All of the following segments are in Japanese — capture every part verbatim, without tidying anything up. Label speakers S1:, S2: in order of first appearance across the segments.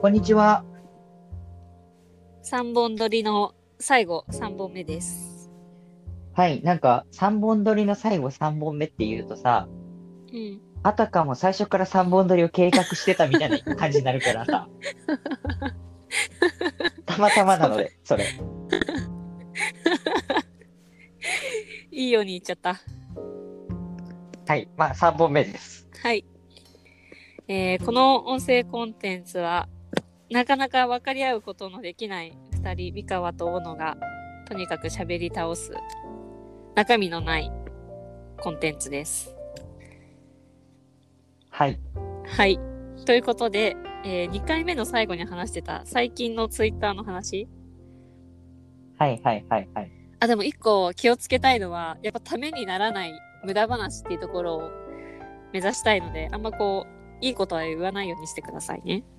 S1: こんにちは。
S2: さんぼん撮りの最後さんぼんめです。
S1: はい、なんかさんぼん撮りの最後さんぼんめって言うとさ、
S2: うん。
S1: あたかも最初からさんぼん撮りを計画してたみたいな感じになるからさ、たまたまな
S2: そう。
S1: ので、それ。
S2: いいように言っちゃった。
S1: はい、まあさんぼんめです。
S2: はい。えー、この音声コンテンツは、なかなか分かり合うことのできないふたり、三河と小野が、とにかく喋り倒す、中身のないコンテンツです。
S1: はい。
S2: はい。ということで、えー、にかいめの最後に話してた最近のツイッターの話。
S1: はいはいはいはい。
S2: あ、でも一個気をつけたいのは、やっぱためにならない無駄話っていうところを目指したいので、あんまこう、いいことは言わないようにしてくださいね。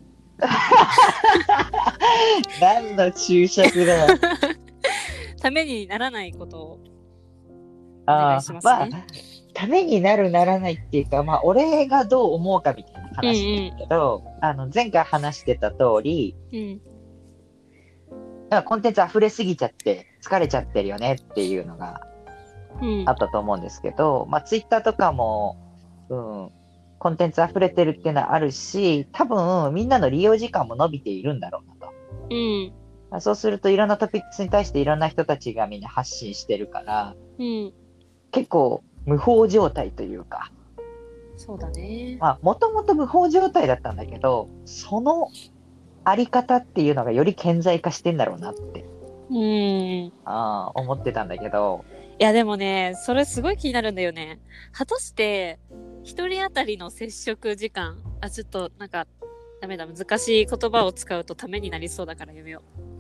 S1: 何の注釈だよ。
S2: ためにならないことをお願い
S1: ああ、まあ、
S2: しますね。
S1: ためになるならないっていうか、まあ、俺がどう思うかみたいな
S2: うん
S1: 話なんだけど、あの、前回話してた通り、
S2: うん。うん。
S1: なんかコンテンツ溢れすぎちゃって疲れちゃってるよねっていうのが
S2: うん。
S1: あったと思うんですけど、まあ、ツイッターとかも、うん、コンテンツ溢れてるっていうのはあるし、多分みんなの利用時間も伸びているんだろうなと。
S2: うん。
S1: まあそうするといろんなトピックスに対していろんな人たちがみんな発信してるから、
S2: うん。
S1: 結構無法状態というか、
S2: そうだね。
S1: まあもともと無法状態だったんだけど、そのあり方っていうのがより顕在化してんだろうなって
S2: うん。い
S1: あー思ってたんだけど、
S2: やでもね、それすごい気になるんだよね。果たして、一人当たりの接触時間、あ、ちょっとなんか、ダメだ、難しい言葉を使うとためになりそうだからやめよう。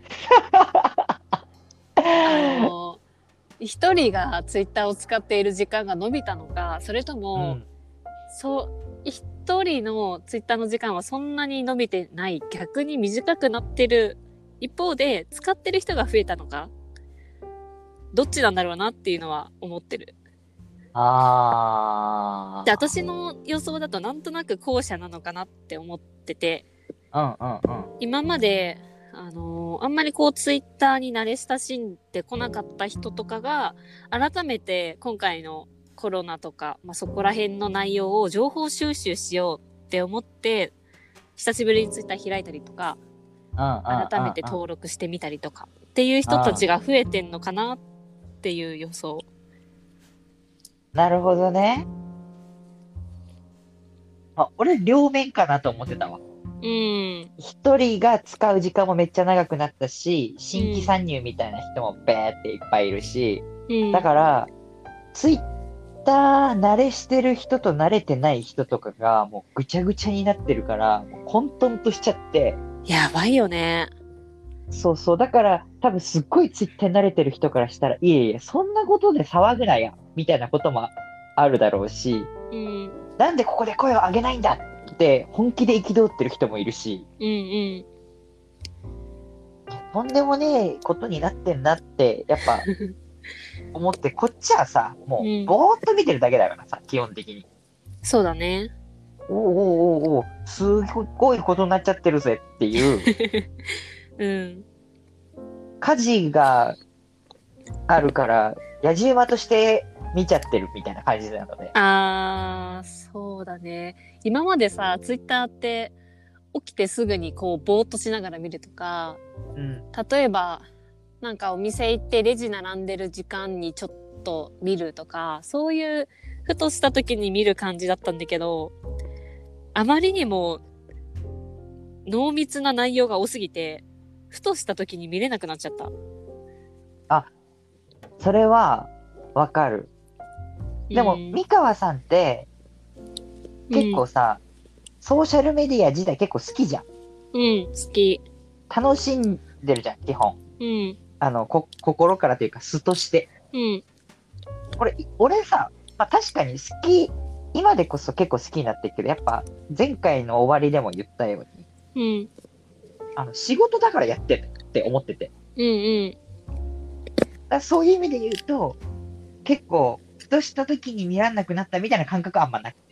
S2: あのー、一人がツイッターを使っている時間が伸びたのか、それとも、
S1: うん、
S2: そう、一人のツイッターの時間はそんなに伸びてない、逆に短くなってる一方で、使ってる人が増えたのか、どっちなんだろうなっていうのは思ってる。で、
S1: あ
S2: 私の予想だとなんとなく後者なのかなって思ってて、
S1: あ、うんうんうん。
S2: 今まで、あのーあんまりこうツイッターに慣れ親しんでこなかった人とかが、改めて今回のコロナとか、まあ、そこら辺の内容を情報収集しようって思って、久しぶりにツイッター開いたりとか、
S1: うんうん
S2: 改めて
S1: うんうん。
S2: 登録してみたりとかっていう人たちが増えてんのかなっていう予想。
S1: なるほどね。あ、俺、両面かなと思ってたわ。
S2: うん。
S1: 一人が使う時間もめっちゃ長くなったし、
S2: うん。
S1: 新規参入みたいな人もベーっていっぱいいるし、
S2: うん。
S1: だから、ツイッター慣れしてる人と慣れてない人とかがもうぐちゃぐちゃになってるから、もう混沌としちゃって、
S2: やばいよね。
S1: そうそう。だから、多分すっごいツイッターに慣れてる人からしたら、いえいえ、そんなことで騒ぐなや、みたいなこともあるだろうし、
S2: うん。
S1: なんでここで声を上げないんだって本気で憤ってる人もいるし、
S2: うんうん。
S1: とんでもねえことになってんなって、やっぱ思って、こっちはさ、もう
S2: うん。
S1: ぼーっと見てるだけだからさ、基本的に。
S2: そうだね。
S1: おうおうおうおう、すごいことになっちゃってるぜっていう、
S2: うん。
S1: 火事があるから、野じ馬として見ちゃってるみたいな感じなので。
S2: あー、そうだね。今までさ、ツイッターって起きてすぐにこう、ぼーっとしながら見るとか、
S1: うん。
S2: 例えば、なんかお店行ってレジ並んでる時間にちょっと見るとか、そういうふとした時に見る感じだったんだけど、あまりにも濃密な内容が多すぎて、ふとした時に見れなくなっちゃった。
S1: あ、それはわかる。でも、
S2: うん。
S1: 三河さんって
S2: うん。
S1: 結構さ、ソーシャルメディア自体結構好きじゃん。
S2: うん。好き。
S1: 楽しんでるじゃん、基本。
S2: うん。
S1: あの、こ、心からというか素として。
S2: うん。
S1: これ、い俺さ、まあ確かに好き、今でこそ結構好きになってるけど、やっぱ前回の終わりでも言ったように、
S2: うん。
S1: あの、仕事だからやってるって思ってて。
S2: うん。うん。
S1: だからそういう意味で言うと、結構、ふとした時に見らんなくなったみたいな感覚はあんまなくて。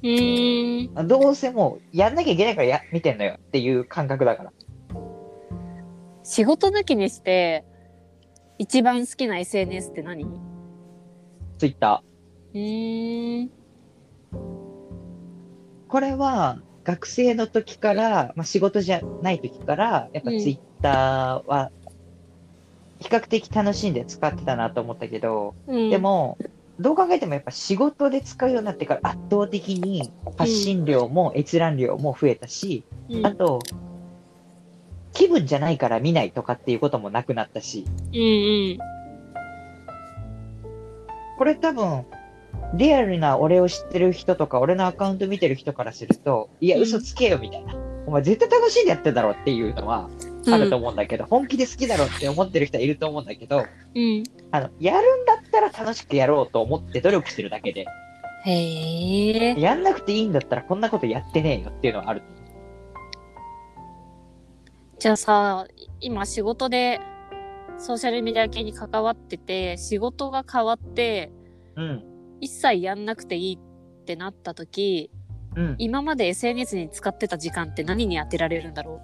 S2: うーん。
S1: どうせもうやんなきゃいけないからや見てんのよっていう感覚だから。
S2: 仕事抜きにして、一番好きな エスエヌエス って何？
S1: ツイッタ
S2: うーん。
S1: ー。これは学生の時から、まあ、仕事じゃない時から、やっぱ
S2: うん
S1: ツイッターは比較的楽しんで使ってたなと思ったけど、
S2: うん。
S1: でも、どう考えてもやっぱ仕事で使うようになってから圧倒的に発信量も閲覧量も増えたし、
S2: うん。
S1: あと、気分じゃないから見ないとかっていうこともなくなったし、
S2: うんうん。
S1: これ多分、リアルな俺を知ってる人とか、俺のアカウント見てる人からすると、いや、
S2: うん
S1: 嘘つけよみたいな。お前絶対楽しんでやってるだろっていうのはあると思うんだけど、本気で好きだろって思ってる人はいると思うんだけど、
S2: うん。
S1: あの、やるんだったら楽しくやろうと思って努力してるだけで、
S2: へえ。
S1: やんなくていいんだったらこんなことやってねえよっていうのはある。
S2: じゃあさ、今仕事でソーシャルメディア系に関わってて、仕事が変わって、
S1: うん。
S2: 一切やんなくていいってなった時、
S1: うん。
S2: 今まで エスエヌエス に使ってた時間って何に当てられるんだろ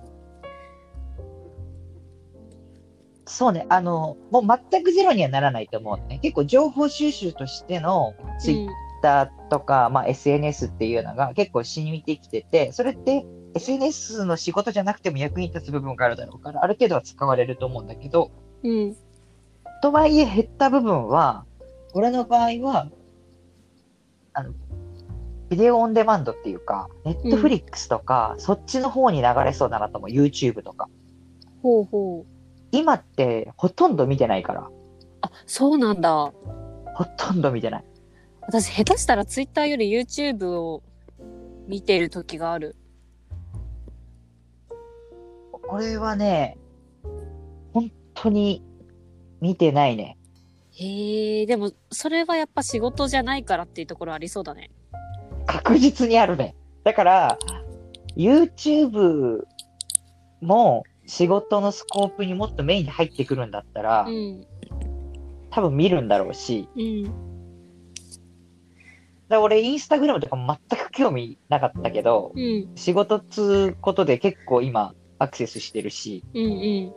S1: そうね。あの、もう全くゼロにはならないと思うね。結構情報収集としての
S2: う？
S1: ツイッターとか、まあ エスエヌエス っていうのが結構染みてきてて、それって エスエヌエス の仕事じゃなくても役に立つ部分があるだろうから、ある程度は使われると思うんだけど、
S2: うん。うん。
S1: とはいえ減った部分は、俺の場合は、あの、ビデオオンデマンドっていうか、ネットフリックスとか、そっちの方に流れそうだなと思う。YouTube とか。
S2: ほうほう。
S1: 今ってほとんど見てないから。
S2: あ、そうなんだ。
S1: ほとんど見てない。
S2: 私、下手したら Twitter より YouTube を見てる時がある。
S1: これはね、本当に見てないね。
S2: へえ、でも、それはやっぱ仕事じゃないからっていうところありそうだね。
S1: 確実にあるね。だから、YouTube も仕事のスコープにもっとメインで入ってくるんだったら、
S2: うん。
S1: 多分見るんだろうし、
S2: うん。
S1: だから俺インスタグラムとかも全く興味なかったけど、
S2: うん。
S1: 仕事っつうことで結構今アクセスしてるし、
S2: うんうん。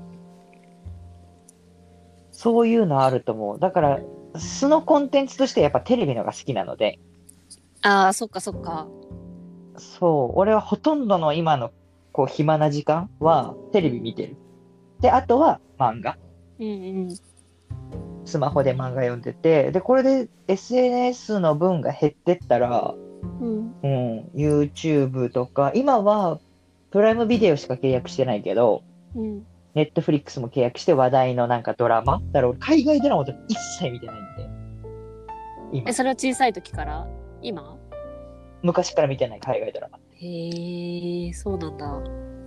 S1: そういうのあると思う。だから、素のコンテンツとしてやっぱテレビのが好きなので、
S2: ああ、そっかそっか。
S1: そう、俺はほとんどの今のこう暇な時間はテレビ見てる。で、あとは漫画。
S2: うんうん。
S1: スマホで漫画読んでて、で、これで エスエヌエス の分が減ってったら、
S2: うん。
S1: うん、YouTube とか、今はプライムビデオしか契約してないけど、
S2: うん。
S1: ネットフリックスも契約して話題のなんかドラマだから俺海外ドラマとか一切見てないんで、今。
S2: え、それは小さい時から今？
S1: 昔から見てない海外ドラマ。
S2: へえ、そうなんだ。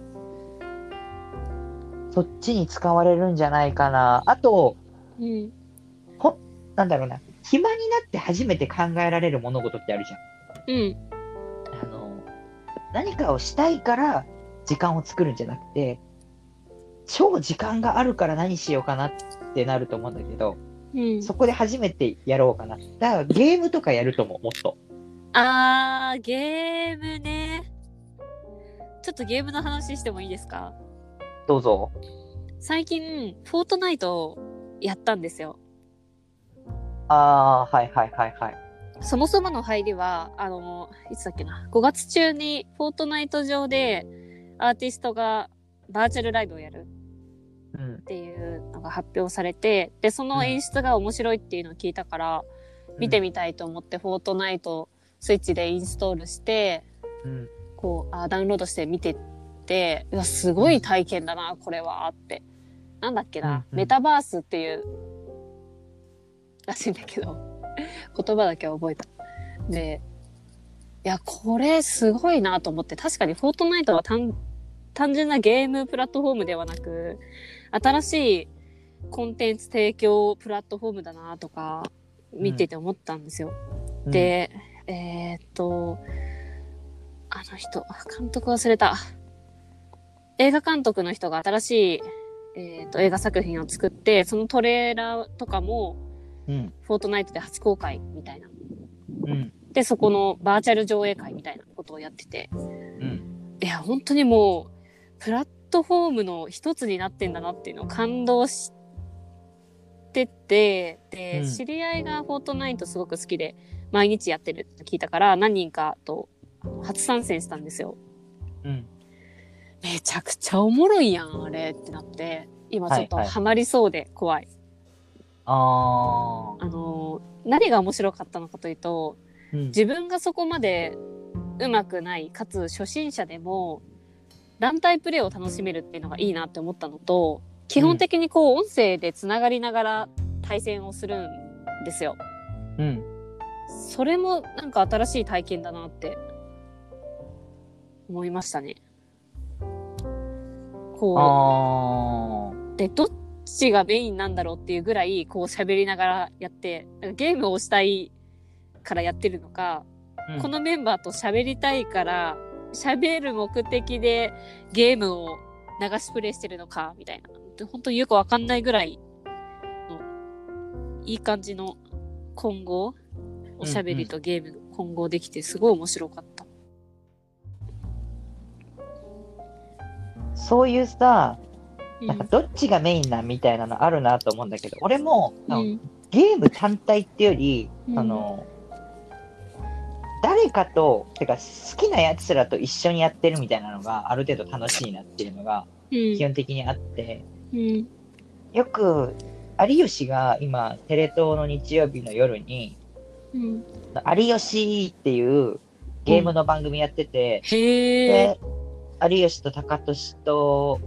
S1: そっちに使われるんじゃないかな。あと、
S2: うん。
S1: ほ、なんだろうな。暇になって初めて考えられる物事ってあるじゃん。
S2: うん。
S1: あの、何かをしたいから時間を作るんじゃなくて、超時間があるから何しようかなってなると思うんだけど、
S2: うん。
S1: そこで初めてやろうかな。だからゲームとかやると思う、もっと。
S2: あー、ゲームね。ちょっとゲームの話してもいいですか？
S1: どうぞ。
S2: 最近、フォートナイトやったんですよ。
S1: あー、はいはいはいはい。
S2: そもそもの入りは、あの、いつだっけな、ごがつ中にフォートナイト上でアーティストがバーチャルライブをやる
S1: うん
S2: っ。ていうのが発表されて、で、その演出が面白いっていうのを聞いたから、見てみたいと思ってフォートナイトスイッチでインストールして、
S1: うん。
S2: こう、あダウンロードして見てって、うわ、すごい体験だな、これは、って。なんだっけな、
S1: うんうん
S2: メタバースっていうらしいんだけど、言葉だけは覚えた。で、いや、これすごいなと思って、確かにフォートナイトは単単純なゲームプラットフォームではなく、新しいコンテンツ提供プラットフォームだなとか、見てて思ったんですよ。
S1: うん、
S2: で、えー、っと、あの人、監督忘れた。映画監督の人が新しい、えー、っと映画作品を作って、そのトレーラーとかも、
S1: うん。
S2: フォートナイトで初公開みたいな。
S1: うん。
S2: で、そこのバーチャル上映会みたいなことをやってて。
S1: うん。
S2: いや、本当にもう、プラットフォームの一つになってんだなっていうのを感動してて、で、
S1: うん
S2: 知り合いがフォートナイトすごく好きで、毎日やってるって聞いたから、何人かと初参戦したんですよ。
S1: うん。
S2: めちゃくちゃおもろいやん、あれってなって、今ちょっと
S1: はいはい
S2: ハマりそうで怖い。
S1: あ
S2: あの、何が面白かったのかというと、
S1: ー。うん。
S2: 自分がそこまで上手くない、かつ初心者でも、団体プレーを楽しめるっていうのがいいなって思ったのと、基本的にこう、音声でつながりながら対戦をするんですよ。
S1: うん。
S2: それもなんか新しい体験だなって思いましたね。こ
S1: あー。
S2: う、で、どっちがメインなんだろうっていうぐらい、こう喋りながらやって、なんかゲームをしたいからやってるのか、
S1: うん
S2: このメンバーと喋りたいから喋る目的でゲームを流しプレイしてるのかみたいな、本当によくわかんないぐらいのいい感じの混合、おしゃべりとゲーム混合できてすごい面白かった。
S1: そういうさ、
S2: うん
S1: なんかどっちがメインなんみたいなのあるなと思うんだけど、俺も、
S2: うん
S1: ゲーム単体ってより、
S2: うん
S1: あの、誰かと、てか好きなやつらと一緒にやってるみたいなのがある程度楽しいなっていうのが基本的にあって、
S2: うん
S1: よく有吉が今テレ東の日曜日の夜に
S2: うん
S1: 有吉っていうゲームの番組やってて、
S2: へえ。
S1: で有吉と高俊と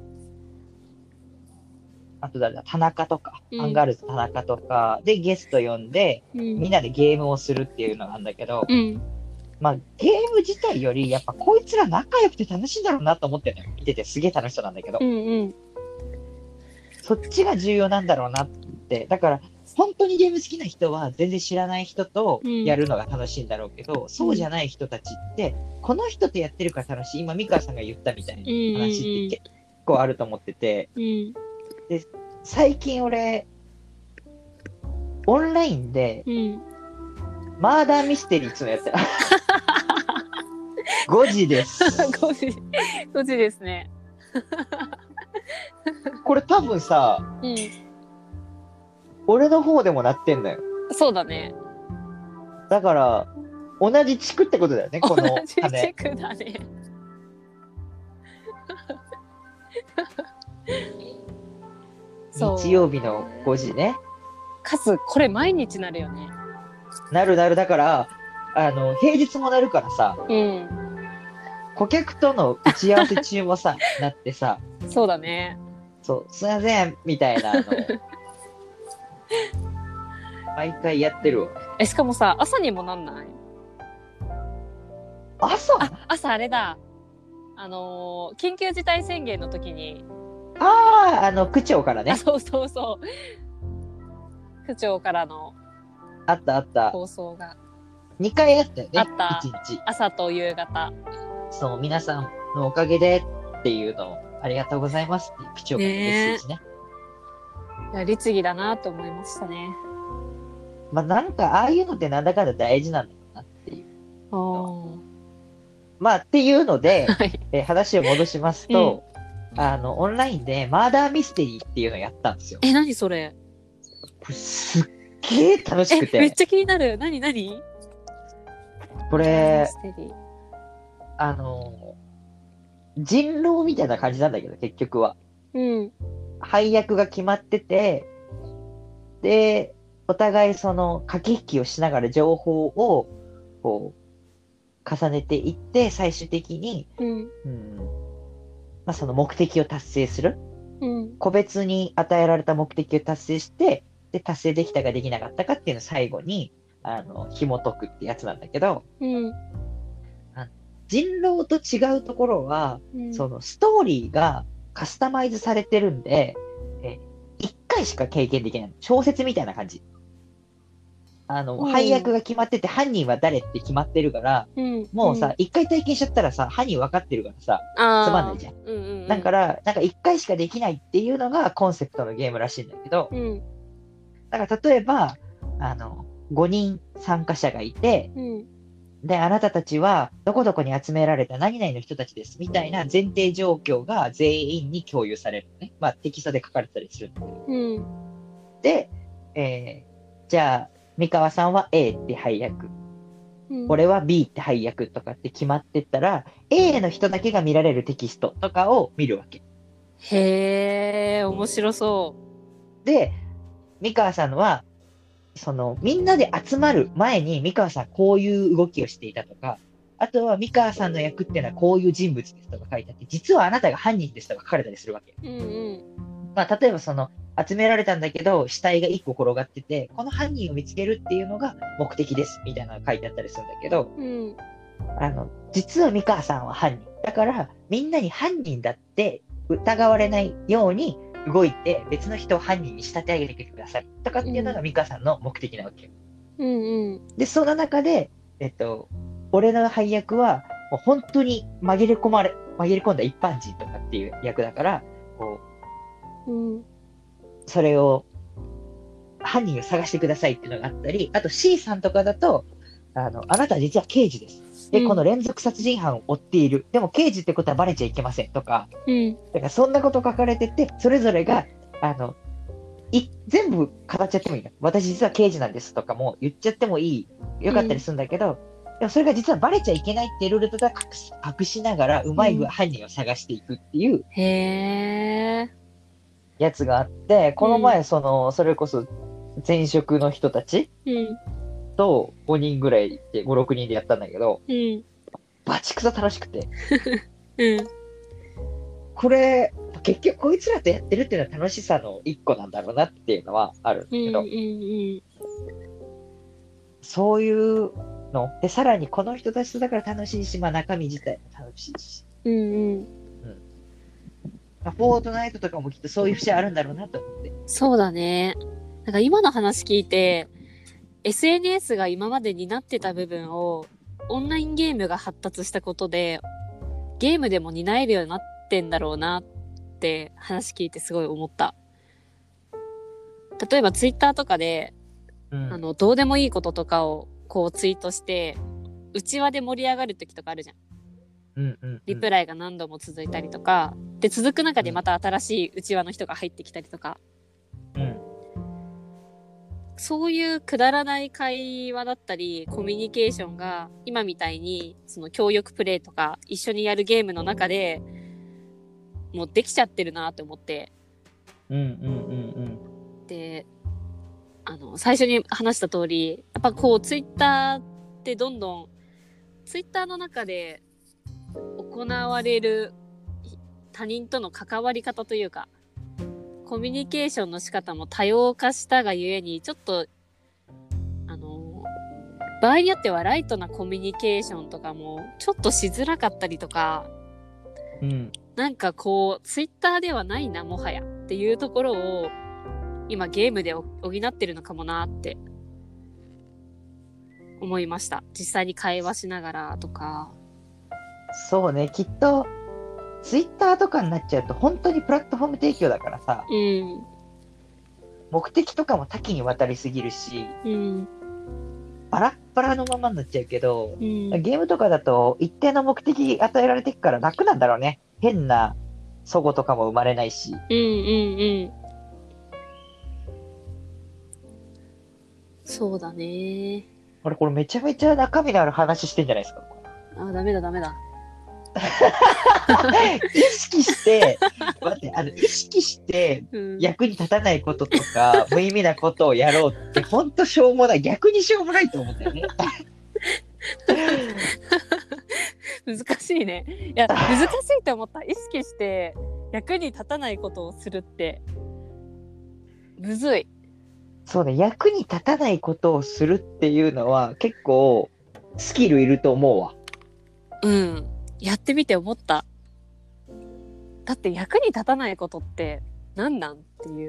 S1: あと誰だ田中とか、
S2: うん
S1: アンガールズ田中とかでゲスト呼んで
S2: うん
S1: みんなでゲームをするっていうのがあるんだけど、
S2: うん
S1: まあゲーム自体よりやっぱこいつら仲良くて楽しいんだろうなと思ってるのよ。見ててすげえ楽しそうなんだけど、
S2: うんうん
S1: そっちが重要なんだろうなって。だから本当にゲーム好きな人は全然知らない人とやるのが楽しいんだろうけど、そうじゃない人たちってこの人とやってるから楽しい。今美川さんが言ったみたいな話って結構あると思ってて、
S2: うん
S1: 最近俺オンラインで
S2: うん
S1: マーダーミステリーっつうのやってるごじです
S2: ごじごじですね。
S1: これ多分さ、
S2: うん
S1: 俺の方でもなってんだよ。
S2: そうだね。
S1: だから同じ地区ってことだよね、この
S2: 同じ地
S1: 羽。
S2: 区だね。そう
S1: 日曜日のごじね。
S2: かつこれ毎日なるよね。
S1: なるなる。だからあの平日もなるからさ、
S2: うん
S1: 顧客との打ち合わせ中もさなってさ、
S2: そうだね。
S1: そうすいませんみたいなの毎回やってるわ。
S2: えしかもさ朝にもなんない？
S1: 朝？
S2: あ朝あれだ。あのー緊急事態宣言の時に。
S1: ああ、あの区長からね。
S2: あそうそうそう区長からの
S1: あったあった。
S2: 放送が
S1: にかいあったよね。
S2: あった
S1: いちにち。
S2: 朝と夕方。
S1: そう、皆さんのおかげでっていうのをありがとうございますっていう区長からのメッセージね。
S2: いや律儀だなと思いましたね。
S1: まあなんかああいうのってなんだかんだ大事なんだろうなっていう。
S2: お
S1: まあっていうので、
S2: はい。
S1: えー話を戻しますと、あの、オンラインでマーダーミステリーっていうのをやったんですよ。
S2: え何それ？
S1: これすっげえ楽しく
S2: えめってちゃ気になる。何何？
S1: これ
S2: ミ、ステリー
S1: あの、人狼みたいな感じなんだけど、結局は。
S2: うん
S1: 配役が決まってて、で、お互いその駆け引きをしながら情報をこう重ねていって、最終的に、
S2: うん
S1: うんまあ、その目的を達成する。
S2: うん
S1: 個別に与えられた目的を達成して、で、達成できたかできなかったかっていうのを最後に、あの、紐解くってやつなんだけど、
S2: うん
S1: 人狼と違うところは、
S2: うん
S1: そのストーリーがカスタマイズされてるんで、え、一回しか経験できない。小説みたいな感じ。あの、
S2: うん
S1: 配役が決まってて、犯人は誰って決まってるから、
S2: うん
S1: もうさ、一、回体験しちゃったらさ、犯人分かってるからさ、
S2: あー
S1: つまんないじゃん。
S2: うんうんうん
S1: だから、なんか一回しかできないっていうのがコンセプトのゲームらしいんだけど、
S2: うん
S1: だから例えば、あの、 ごにん参加者がいて、
S2: うん。
S1: で、あなたたちはどこどこに集められた何々の人たちですみたいな前提状況が全員に共有されるのね。まあテキストで書かれてたりするんだけど。
S2: うん。
S1: で、えー、じゃあ、三河さんは A って配役、
S2: うん。
S1: 俺は B って配役とかって決まってったら、A の人だけが見られるテキストとかを見るわけ。
S2: へえ、面白そ
S1: で、三河さんは、その、みんなで集まる前に三河さんこういう動きをしていたとか、あとは三河さんの役っていうのはこういう人物ですとか書いてあって、実はあなたが犯人ですとか書かれたりするわけ。
S2: う。うんうん。
S1: まあ、例えばその、集められたんだけど、死体がいっこ転がってて、この犯人を見つけるっていうのが目的です、みたいなのが書いてあったりするんだけど、
S2: うん。
S1: あの、実は三河さんは犯人。だから、みんなに犯人だって疑われないように動いて、別の人を犯人に仕立て上げてください。とかっていうのが三河さんの目的なわけ。
S2: うんうん。
S1: で、その中で、えっと、俺の配役は、もう本当に紛れ込まれ、紛れ込んだ一般人とかっていう役だから、こう、
S2: うん。
S1: それを、犯人を探してくださいっていうのがあったり、あと C さんとかだと、あの、あなたは実は刑事です。で、
S2: うん
S1: この連続殺人犯を追っている。でも刑事ってことはバレちゃいけませんとか、
S2: うん。
S1: だからそんなこと書かれてて、それぞれが、あの、い全部語っちゃってもいいの。私実は刑事なんですとかも言っちゃってもいい。よかったりするんだけど、でもそれが実はバレちゃいけないっていうルールとか隠し隠しながら、うまい具合犯人を探していくっていう
S2: へえ。
S1: やつがあって、この前、その、それこそ前職の人たち
S2: うん。
S1: とごにんぐらいで、ご、ろくにんでやったんだけど、
S2: うん。
S1: バチクソ楽しくて、
S2: うん。
S1: これ、結局こいつらとやってるっていうのは楽しさの一個なんだろうなっていうのはあるんだ
S2: うん。
S1: けど、
S2: うん。
S1: そういうの、で、さらにこの人たちとだから楽しいし、まあ中身自体も楽しいし、
S2: うん。うん。
S1: まあ、フォートナイトとかもきっとそういう節あるんだろうなと思って。
S2: そうだね。なんか今の話聞いて、エスエヌエス が今まで担ってた部分をオンラインゲームが発達したことでゲームでも担えるようになってんだろうなって話聞いてすごい思った。例えばツイッターとかで、
S1: うん、
S2: あのどうでもいいこととかをこうツイートして内輪で盛り上がる時とかあるじゃん。
S1: うんうんうん、
S2: リプライが何度も続いたりとかで、続く中でまた新しい内輪の人が入ってきたりとか、
S1: うん、
S2: そういうくだらない会話だったりコミュニケーションが今みたいにその協力プレイとか一緒にやるゲームの中でもうできちゃってるなって思って、
S1: うんうんうんうん、
S2: で、あの最初に話した通り、やっぱこうツイッターってどんどんツイッターの中で行われる他人との関わり方というかコミュニケーションの仕方も多様化したがゆえに、ちょっとあの場合によってはライトなコミュニケーションとかもちょっとしづらかったりとか、
S1: うん、
S2: なんかこうツイッターではないなもはやっていうところを今ゲームで補ってるのかもなって思いました。実際に会話しながらとか。
S1: そうね、きっとツイッターとかになっちゃうと本当にプラットフォーム提供だからさ、
S2: うん。
S1: 目的とかも多岐にわたりすぎるし、
S2: うん。
S1: バラッバラのままになっちゃうけど、
S2: うん。
S1: ゲームとかだと一定の目的与えられてるから楽なんだろうね。変な齟齬とかも生まれないし。
S2: うんうんうん。そうだね。
S1: あれ、これめちゃめちゃ中身のある話してんじゃないですか。
S2: あ、ダメだダメだ。
S1: 意識して、待って、あの、意識して
S2: うん。
S1: 役に立たないこととか、無意味なことをやろうって、ほんとしょうもない。逆にしょうもないと思うんだよね。
S2: 難しいね。いや、難しいと思った。意識して役に立たないことをするって、むずい。
S1: そうね、役に立たないことをするっていうのは結構スキルいると思うわ。
S2: うん。やってみて思った。だって役に立たないことって何なんっていう。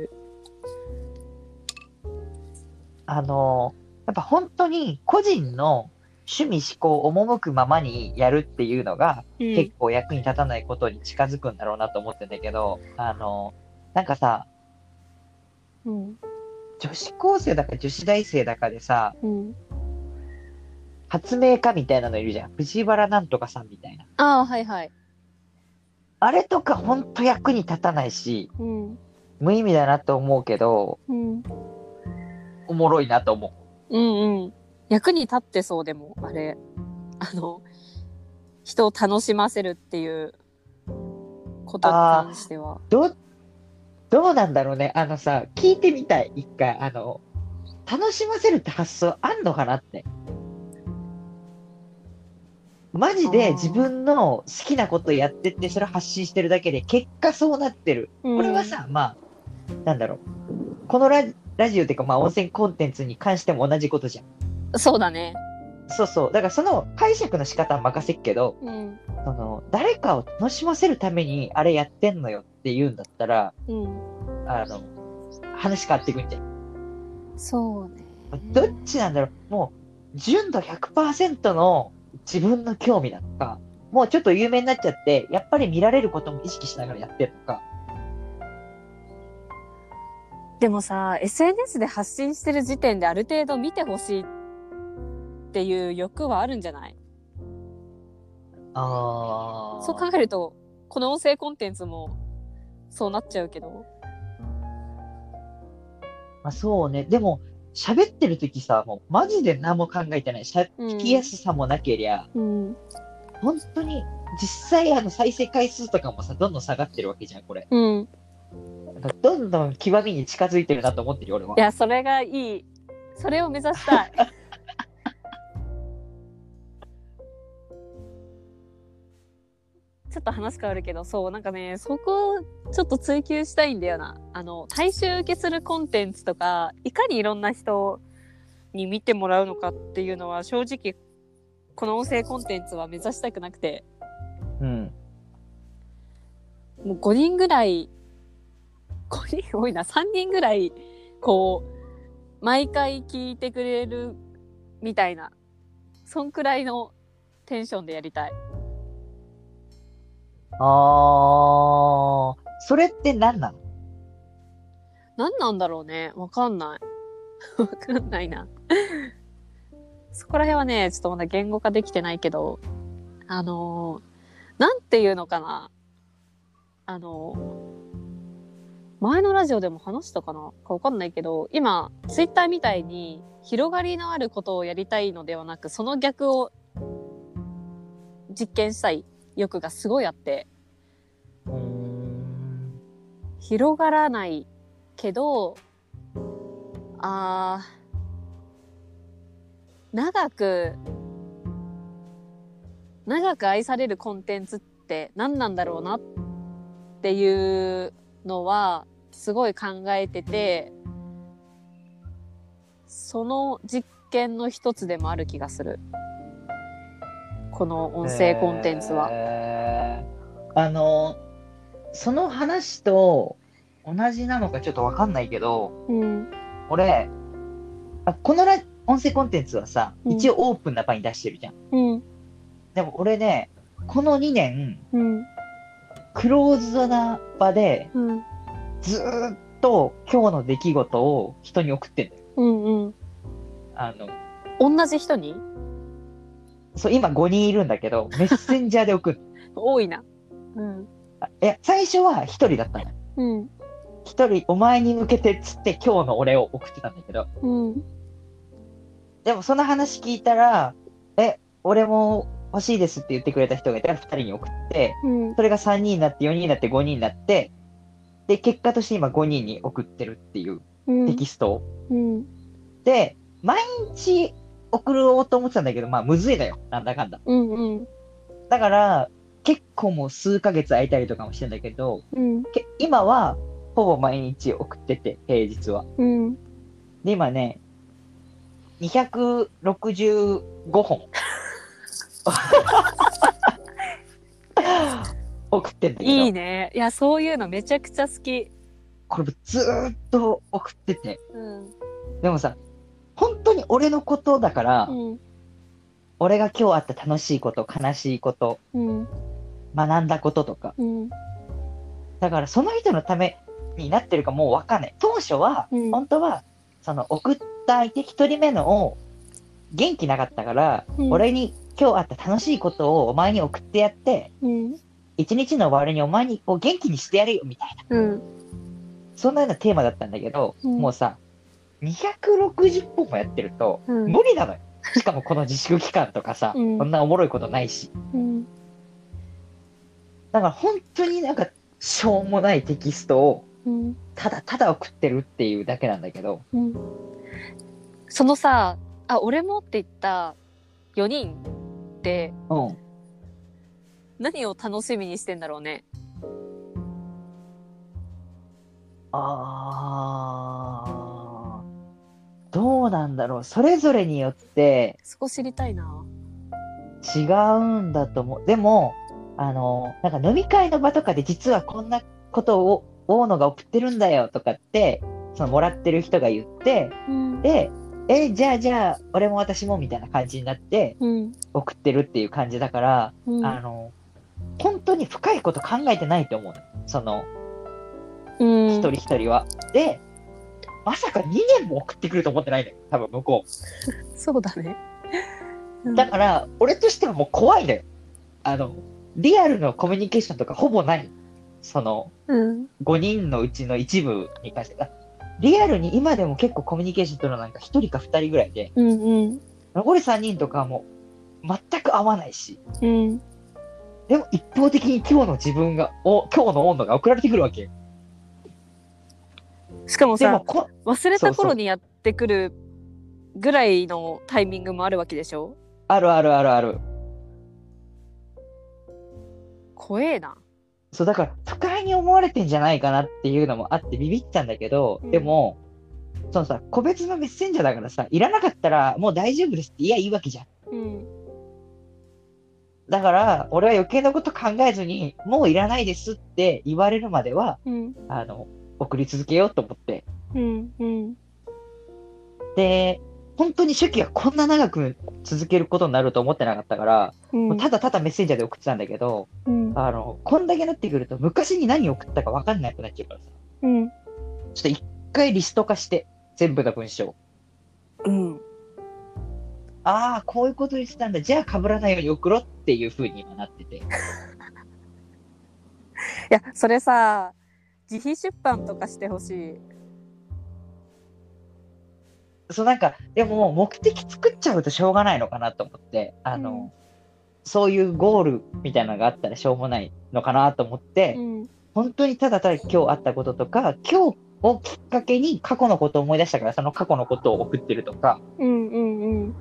S1: あの、やっぱ本当に個人の趣味思考、赴くままにやるっていうのが、
S2: うん、
S1: 結構役に立たないことに近づくんだろうなと思ってんだけど、あの、なんかさ、
S2: うん、
S1: 女子高生だか女子大生だかでさ、
S2: うん。
S1: 発明家みたいなのいるじゃん。藤原なんとかさんみたいな。
S2: ああ、はいはい。
S1: あれとかほんと役に立たないし、
S2: うん。
S1: 無意味だなと思うけど、
S2: うん。
S1: おもろいなと思う。
S2: うんうん。役に立ってそうでも、あれ。あの、人を楽しませるっていうことに関しては。
S1: ど、どうなんだろうね。あのさ、聞いてみたい。一回。あの、楽しませるって発想あんのかなって。マジで自分の好きなことやってって、それを発信してるだけで、結果そうなってる。
S2: うん
S1: これはさ、まあ、なんだろう。このラジラジオっていうか、まあ、温泉コンテンツに関しても同じことじゃん。
S2: そうだね。
S1: そうそう。だからその解釈の仕方は任せっけど、
S2: うん。
S1: その、誰かを楽しませるためにあれやってんのよって言うんだったら、
S2: うん。
S1: あの、話変わってくんじゃん。
S2: そうね。
S1: どっちなんだろう。もう、純度ひゃくパーセントの自分の興味だとか、もうちょっと有名になっちゃって、やっぱり見られることも意識しながらやってるとか。
S2: でもさ、エスエヌエス で発信してる時点である程度見てほしいっていう欲はあるんじゃない？
S1: あ
S2: そう考えると、この音声コンテンツもそうなっちゃうけど。
S1: まあ、そうね。でも、喋ってる時さ、もうマジで何も考えてない。しゃ
S2: うん
S1: 聞きやすさもなけりゃ、
S2: うん。
S1: 本当に、実際あの再生回数とかもさ、どんどん下がってるわけじゃん、これ。
S2: うん。
S1: なんかどんどん極みに近づいてるなと思ってるよ、俺は。
S2: いや、それがいい。それを目指したい。ちょっと話変わるけど、そう、なんかね、そこをちょっと追求したいんだよな。あの、大衆受けするコンテンツとか、いかにいろんな人に見てもらうのかっていうのは、正直、この音声コンテンツは目指したくなくて、
S1: うん。
S2: もうごにんぐらい、ごにん多いな、さんにんぐらい、こう、毎回聞いてくれるみたいな、そんくらいのテンションでやりたい。
S1: あー、それって何なの？
S2: 何なんだろうね。わかんない。わかんないな。そこら辺はね、ちょっとまだ言語化できてないけど、あのー、なんていうのかな。あのー、前のラジオでも話したかなかわかんないけど、今、ツイッターみたいに広がりのあることをやりたいのではなく、その逆を実験したい欲がすごいあって、
S1: うーん。
S2: 広がらないけど、あー、長く、長く愛されるコンテンツって何なんだろうなっていうのはすごい考えてて、その実験の一つでもある気がする。この音声コンテンツは。
S1: えーあの、その話と同じなのかちょっとわかんないけど、
S2: うん。
S1: 俺、あこのラ音声コンテンツはさ、
S2: うん
S1: 一応オープンな場に出してるじゃん。
S2: うん。
S1: でも俺ね、このにねん、
S2: うん。
S1: クローズドな場で、
S2: うん。
S1: ずーっと今日の出来事を人に送ってんだよ。
S2: うんうん。
S1: あの、
S2: 同じ人に？
S1: そう、今ごにんいるんだけど、メッセンジャーで送る。
S2: 多いな。うん。
S1: あいや、最初はひとりだったのよ。
S2: うん。
S1: ひとり、お前に向けてっつって今日の俺を送ってたんだけど、
S2: うん。
S1: でもその話聞いたら、え、俺も欲しいですって言ってくれた人がいたらふたりに送って、
S2: うん。
S1: それがさんにんになってよにんになってごにんになって、で、結果として今ごにんに送ってるっていう
S2: うん。
S1: テキストを。
S2: うん。
S1: で、毎日送ろうと思ってたんだけど、まあむずいだよ。なんだかんだ。
S2: うんうん。
S1: だから、結構もう数ヶ月空いたりとかもしてんだけど、
S2: うん。
S1: け今はほぼ毎日送ってて、平日は。
S2: うん。
S1: で、今ね、にひゃくろくじゅうごほん送ってんだけど、
S2: いいね。いや、そういうのめちゃくちゃ好き。
S1: これずーっと送ってて。
S2: うん。
S1: でもさ、本当に俺のことだから、
S2: うん。
S1: 俺が今日あった楽しいこと、悲しいこと、
S2: うん。
S1: 学んだこととか。
S2: うん。
S1: だからその人のためになってるかもうわかんない。当初は、
S2: うん
S1: 本当はその送った相手一人目のを元気なかったから、
S2: うん
S1: 俺に今日あった楽しいことをお前に送ってやって、
S2: うん
S1: 一日の終わりにお前にこう元気にしてやるよみたいな、
S2: うん
S1: そんなようなテーマだったんだけど、
S2: うん
S1: もうさ、にひゃくろくじゅっぽんもやってると
S2: うん
S1: 無理なのよ。しかもこの自粛期間とかさ、
S2: うん
S1: こんなおもろいことないし。
S2: うん
S1: だから本当になんかしょうもないテキストを
S2: うん
S1: ただただ送ってるっていうだけなんだけど、
S2: うんそのさあ俺もって言ったよにんって
S1: うん。
S2: 何を楽しみにしてんだろうね。
S1: あー、どうなんだろう。それぞれによって
S2: そこ知りたいな。
S1: 違うんだと思う。でも、あの、なんか飲み会の場とかで実はこんなことを大野が送ってるんだよとかって、そのもらってる人が言って、
S2: うん
S1: で、え、じゃあじゃあ、俺も私もみたいな感じになって
S2: うん
S1: 送ってるっていう感じだから、
S2: うん
S1: あの、本当に深いこと考えてないと思うの。その、
S2: うん
S1: 一人一人は。で、まさかにねんも送ってくると思ってないのよ。多分向こ
S2: そうだね。う
S1: う。
S2: ん
S1: だから、俺としてはもう怖いのよ。あの、リアルのコミュニケーションとかほぼない。その、
S2: うん
S1: ごにんのうちの一部に関して。あリアルに今でも結構コミュニケーション取るのなんかひとりかふたりぐらいで、
S2: うんうん
S1: 残りさんにんとかはもう全く合わないし。
S2: うん
S1: でも一方的に今日の自分が、お今日の温度が送られてくるわけよ。
S2: しかもさ
S1: でもこ、
S2: 忘れた頃にやってくるぐらいのタイミングもあるわけでしょ。
S1: あるあるあるある。
S2: 怖えな。
S1: そう、だから、不快に思われてんじゃないかなっていうのもあってビビったんだけど、
S2: うん
S1: でも、そのさ、個別のメッセンジャーだからさ、いらなかったらもう大丈夫ですって言えばいいわけじゃん。
S2: うん
S1: だから、俺は余計なこと考えずに、もういらないですって言われるまでは、
S2: うん
S1: あの、送り続けようと思って。
S2: うんうん
S1: で、本当に初期はこんな長く続けることになると思ってなかったから、
S2: うん
S1: もうただただメッセンジャーで送ってたんだけど、
S2: うん
S1: あの、こんだけなってくると、昔に何送ったか分かんなくなっちゃうからさ。
S2: うん
S1: ちょっと一回リスト化して、全部の文章。
S2: うん
S1: ああ、こういうこと言ってたんだ。じゃあ被らないように送ろうっていう風に今なってて。
S2: いやそれさ自費出版とかしてほしい。
S1: そうなんか、でも目的作っちゃうとしょうがないのかなと思って、あの、
S2: うん
S1: そういうゴールみたいなのがあったらしょうもないのかなと思って、
S2: うん
S1: 本当にただただ今日あったこととか、今日をきっかけに過去のことを思い出したから、その過去のことを送ってるとか。
S2: うんうんうん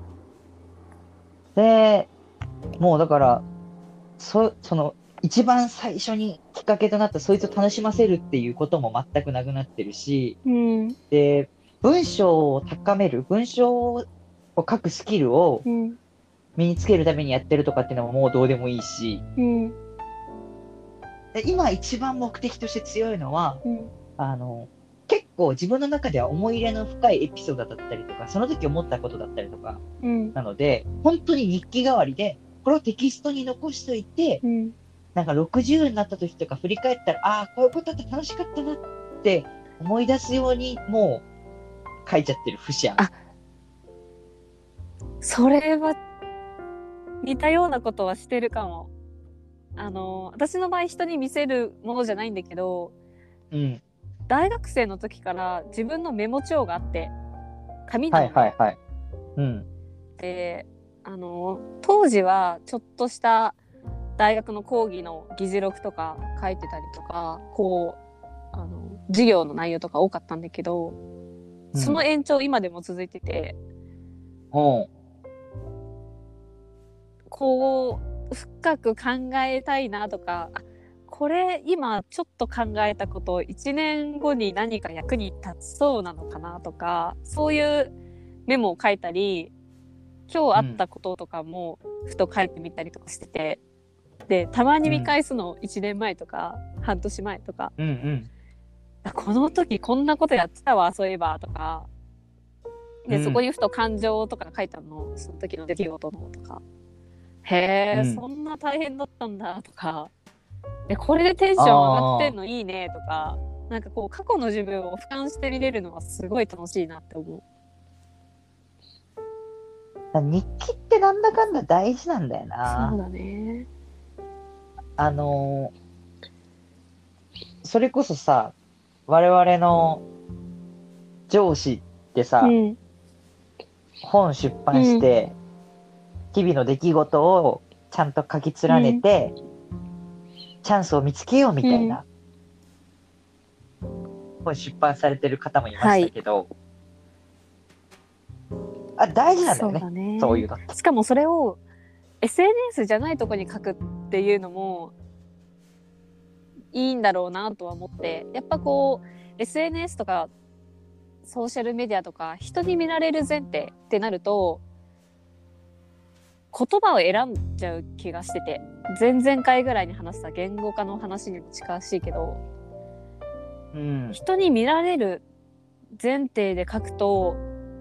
S1: で、もうだから、そ、その、一番最初にきっかけとなったそいつを楽しませるっていうことも全くなくなってるし、
S2: うん
S1: で、文章を高める、文章を書くスキルを
S2: うん
S1: 身につけるためにやってるとかっていうのももうどうでもいいし、
S2: うん
S1: で今一番目的として強いのは、
S2: うん
S1: あの、結構自分の中では思い入れの深いエピソードだったりとか、その時思ったことだったりとか、
S2: うん
S1: なので、本当に日記代わりで、これをテキストに残しといて、
S2: うん
S1: なんかろくじゅうになった時とか振り返ったら、ああ、こういうことだって楽しかったなって思い出すように、もう書いちゃってる節ある。
S2: あそれは似たようなことはしてるかも。あの私の場合人に見せるものじゃないんだけど、
S1: うん。
S2: 大学生の時から自分のメモ帳があって紙な
S1: は
S2: のね、
S1: いはいはい。うん。
S2: であの当時はちょっとした大学の講義の議事録とか書いてたりとかこうあの授業の内容とか多かったんだけど、
S1: うん
S2: その延長今でも続いてて、
S1: ほう。
S2: こう深く考えたいなとか、あこれ今ちょっと考えたこといちねんごに何か役に立ちそうなのかなとか、そういうメモを書いたり今日あったこととかもふと書いてみたりとかしてて、でたまに見返すのいちねんまえとか半年前とか、
S1: うんうん。
S2: あこの時こんなことやってたわそういえばとかで、
S1: うん
S2: そこにふと感情とか書いてあるの、その時の出来事のとか、へえ、
S1: うん
S2: そんな大変だったんだとか、でこれでテンション上がってんのいいねとか、 なんかこう過去の自分を俯瞰して見れるのはすごい楽しいなって思う。
S1: 日記ってなんだかんだ大事なんだよな。
S2: そうだね。
S1: あのーそれこそさ、我々の上司ってさ、
S2: うん。
S1: 本出版して、日々の出来事をちゃんと書き連ねて、チャンスを見つけようみたいな、本出版されてる方もいましたけど、あ、大事なんだよね。
S2: そうだね。
S1: そういうのって。
S2: しかもそれを エスエヌエス じゃないとこに書くっていうのもいいんだろうなとは思って、やっぱこう エスエヌエス とかソーシャルメディアとか人に見られる前提ってなると言葉を選んじゃう気がしてて、前々回ぐらいに話した言語化の話にも近しいけど、
S1: うん、
S2: 人に見られる前提で書くと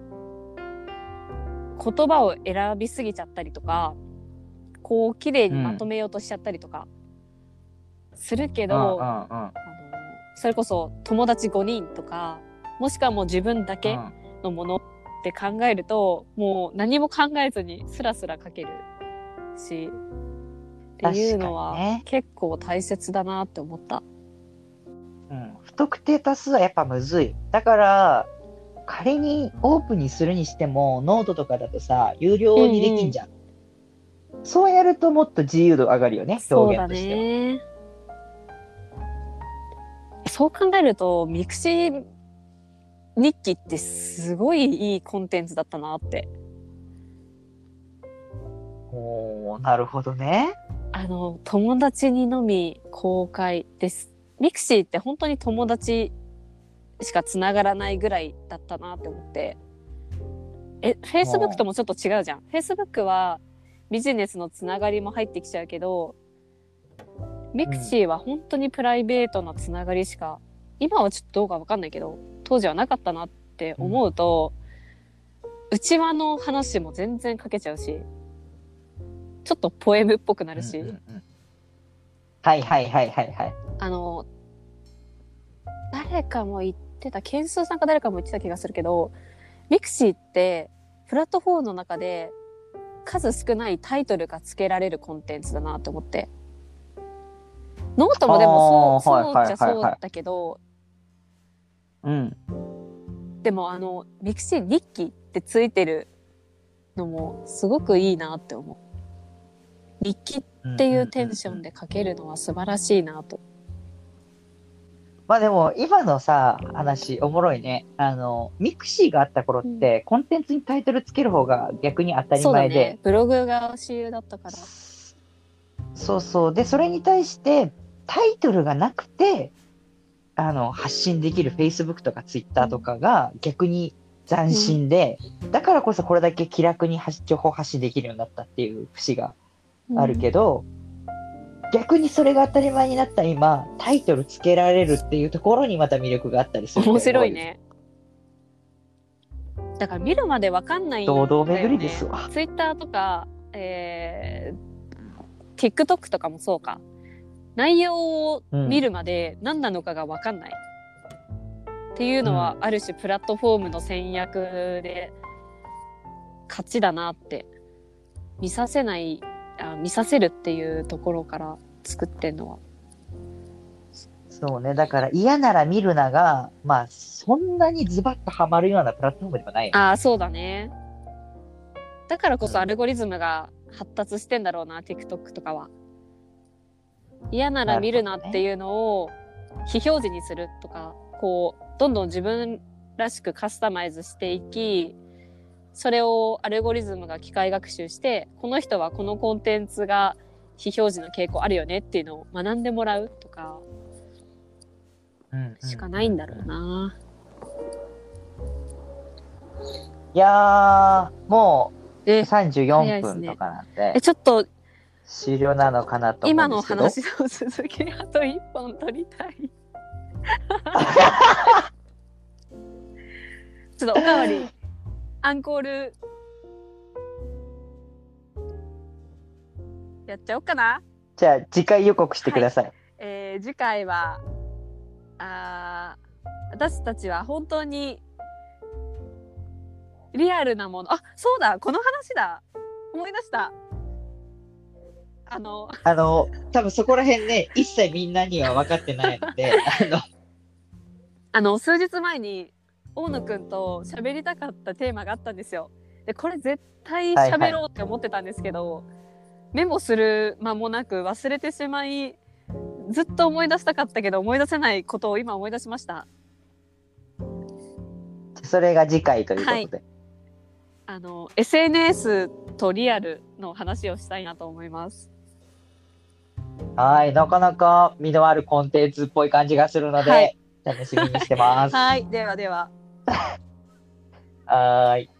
S2: 言葉を選びすぎちゃったりとか、こう綺麗にまとめようとしちゃったりとかするけど、
S1: うんうんうん、
S2: あのそれこそ友達ごにんとか、もしくはもう自分だけのものって考えると、うん、もう何も考えずにスラスラ書けるしっていうのは結構大切だなって思った。
S1: うん、不特定多数はやっぱむずい。だから仮にオープンにするにしてもノートとかだとさ有料にできんじゃん、うんうん、そうやるともっと自由度上がるよね、表現としては。そうだね。
S2: そう考えるとミクシー日記ってすごいいいコンテンツだったなって。
S1: おー、なるほどね。
S2: あの友達にのみ公開です。ミクシーって本当に友達しかつながらないぐらいだったなって思って。え、Facebook ともちょっと違うじゃん。Facebook はビジネスのつながりも入ってきちゃうけど、ミクシーは本当にプライベートなつながりしか、うん、今はちょっとどうかわかんないけど当時はなかったなって思うと、うん、内輪の話も全然書けちゃうし、ちょっとポエムっぽくなるし、うんうんうん、
S1: はいはいはいはいはい。
S2: あの誰かも言ってた、ケンスーさんか誰かも言ってた気がするけど、ミクシーってプラットフォームの中で数少ないタイトルが付けられるコンテンツだなと思って。ノートもでもそう、そうっちゃそうだけど、
S1: うん。
S2: でもあのミクシー日記ってついてるのもすごくいいなって思う。日記っていうテンションで書けるのは素晴らしいなと。
S1: まあでも今のさ話おもろいね。あのミクシーがあった頃って、うん、コンテンツにタイトルつける方が逆に当たり前で、そうだね、
S2: ブログが主流だったから。
S1: そうそう。でそれに対してタイトルがなくてあの発信できる Facebook とか Twitter とかが逆に斬新で、うん、だからこそこれだけ気楽に情報発信できるようになったっていう節があるけど、うん、逆にそれが当たり前になった今タイトルつけられるっていうところにまた魅力があったりする。
S2: 面白いね。だから見るまでわかんないんだよね。
S1: 堂々巡りですわ。
S2: Twitter とか、えー、TikTok とかもそうか。内容を見るまで何なのかが分かんない、うん、っていうのはある種プラットフォームの戦略で勝ちだなって。見させないあ見させるっていうところから作ってんのは。
S1: そうね。だから嫌なら見るながまあそんなにズバッとハマるようなプラットフォームではないよね。
S2: ああそうだね。だからこそアルゴリズムが発達してんだろうな、うん、TikTok とかは。嫌なら見るなっていうのを非表示にするとか、こうどんどん自分らしくカスタマイズしていき、それをアルゴリズムが機械学習して、この人はこのコンテンツが非表示の傾向あるよねっていうのを学んでもらうとかしかないんだろうな、うんうん、
S1: いやーもうさんじゅうよんぷんとかなんで、
S2: ね、えちょっと
S1: 終了なのかなと思うんですけど、
S2: 今の話の続きあといっぽん取りたいちょっとおかわりアンコールやっちゃおうかな。
S1: じゃあ次回予告してください。はい、
S2: えー、次回はあ私たちは本当にリアルなもの、あ、そうだ、この話だ、思い出した。あの、
S1: あの、多分そこら辺ね、一切みんなには分かってないので、あの、
S2: あの数日前に大野くんと喋りたかったテーマがあったんですよ。で、これ絶対
S1: はいはい。
S2: 喋ろうって思ってたんですけど、メモする間もなく忘れてしまい、ずっと思い出したかったけど思い出せないことを今思い出しました。
S1: それが次回というこ
S2: はい。
S1: とで。
S2: あの エスエヌエス とリアルの話をしたいなと思います。
S1: はい。なかなか身のあるコンテンツっぽい感じがするの
S2: はい。
S1: で、楽しみにしてま
S2: は
S1: す。
S2: い。ではでは。
S1: はーい。